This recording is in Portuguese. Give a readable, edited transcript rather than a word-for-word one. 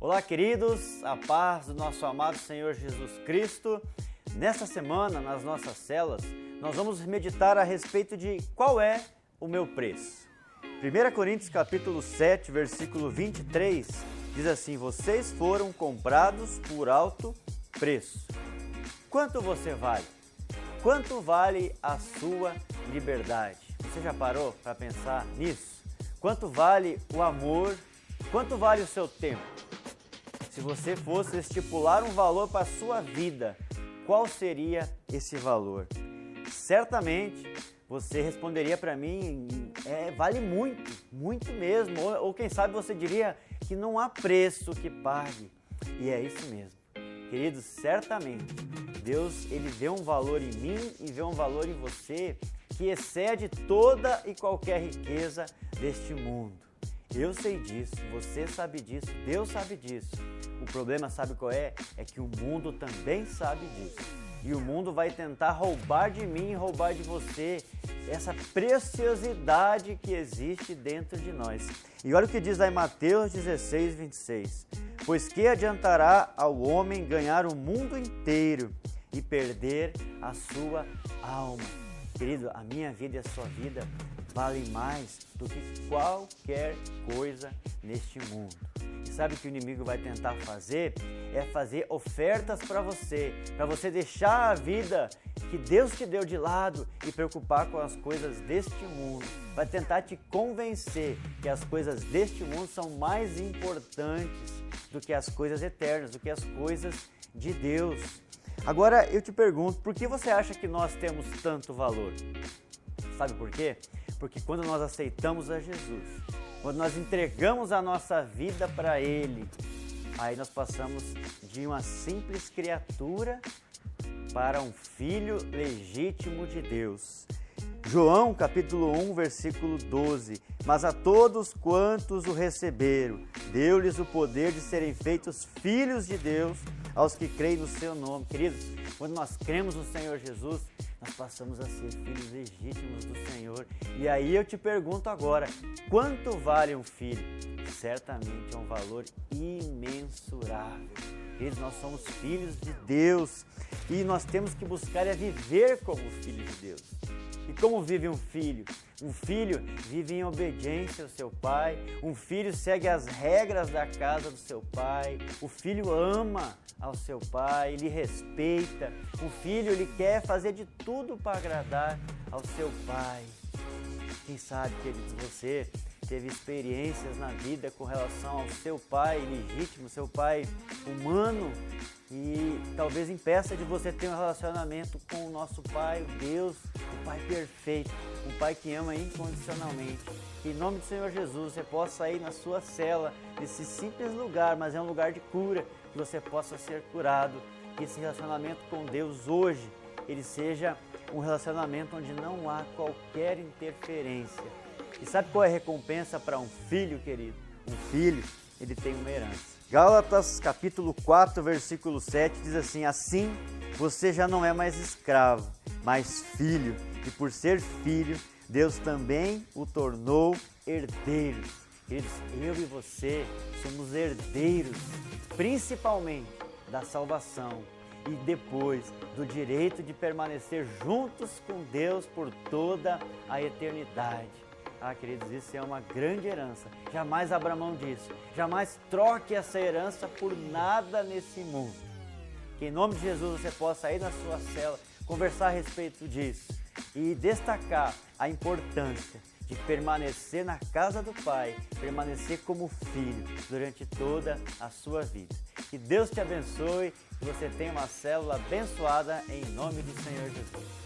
Olá, queridos, a paz do nosso amado Senhor Jesus Cristo. Nesta semana, nas nossas células, nós vamos meditar a respeito de qual é o meu preço. 1 Coríntios capítulo 7, versículo 23, diz assim: vocês foram comprados por alto preço. Quanto você vale? Quanto vale a sua liberdade? Você já parou para pensar nisso? Quanto vale o amor? Quanto vale o seu tempo? Se você fosse estipular um valor para a sua vida, qual seria esse valor? Certamente você responderia para mim, vale muito, muito mesmo. Ou quem sabe você diria que não há preço que pague. E é isso mesmo. Queridos, certamente Deus ele vê um valor em mim e vê um valor em você que excede toda e qualquer riqueza deste mundo. Eu sei disso, você sabe disso, Deus sabe disso. O problema, sabe qual é? É que o mundo também sabe disso. E o mundo vai tentar roubar de mim e roubar de você essa preciosidade que existe dentro de nós. E olha o que diz lá em Mateus 16, 26. Pois que adiantará ao homem ganhar o mundo inteiro e perder a sua alma? Querido, a minha vida e a sua vida valem mais do que qualquer coisa neste mundo. E sabe o que o inimigo vai tentar fazer? É fazer ofertas para você deixar a vida que Deus te deu de lado e preocupar com as coisas deste mundo. Vai tentar te convencer que as coisas deste mundo são mais importantes do que as coisas eternas, do que as coisas de Deus. Agora eu te pergunto, por que você acha que nós temos tanto valor? Sabe por quê? Porque quando nós aceitamos a Jesus, quando nós entregamos a nossa vida para Ele, aí nós passamos de uma simples criatura para um filho legítimo de Deus. João capítulo 1, versículo 12. Mas a todos quantos o receberam, deu-lhes o poder de serem feitos filhos de Deus, aos que creem no seu nome. Queridos, quando nós cremos no Senhor Jesus, nós passamos a ser filhos legítimos do Senhor. E aí eu te pergunto agora, quanto vale um filho? Certamente é um valor imensurável. Queridos, nós somos filhos de Deus e nós temos que buscar viver como filhos de Deus. E como vive um filho? Um filho vive em obediência ao seu pai, um filho segue as regras da casa do seu pai, o filho ama ao seu pai, ele respeita, o filho ele quer fazer de tudo para agradar ao seu pai. Quem sabe, queridos, você teve experiências na vida com relação ao seu pai legítimo, seu pai humano, e talvez impeça de você ter um relacionamento com o nosso Pai, Deus, o Pai perfeito, um Pai que ama incondicionalmente. Que em nome do Senhor Jesus você possa ir na sua cela, nesse simples lugar, mas é um lugar de cura, que você possa ser curado, que esse relacionamento com Deus hoje, ele seja um relacionamento onde não há qualquer interferência. E sabe qual é a recompensa para um filho, querido? Um filho, ele tem uma herança. Gálatas capítulo 4, versículo 7 diz assim: assim você já não é mais escravo, mas filho, e por ser filho, Deus também o tornou herdeiro. Queridos, eu e você somos herdeiros, principalmente da salvação e depois do direito de permanecer juntos com Deus por toda a eternidade. Ah, queridos, isso é uma grande herança. Jamais abra mão disso. Jamais troque essa herança por nada nesse mundo. Que em nome de Jesus você possa ir na sua cela, conversar a respeito disso e destacar a importância de permanecer na casa do Pai, permanecer como filho durante toda a sua vida. Que Deus te abençoe, que você tenha uma célula abençoada em nome do Senhor Jesus.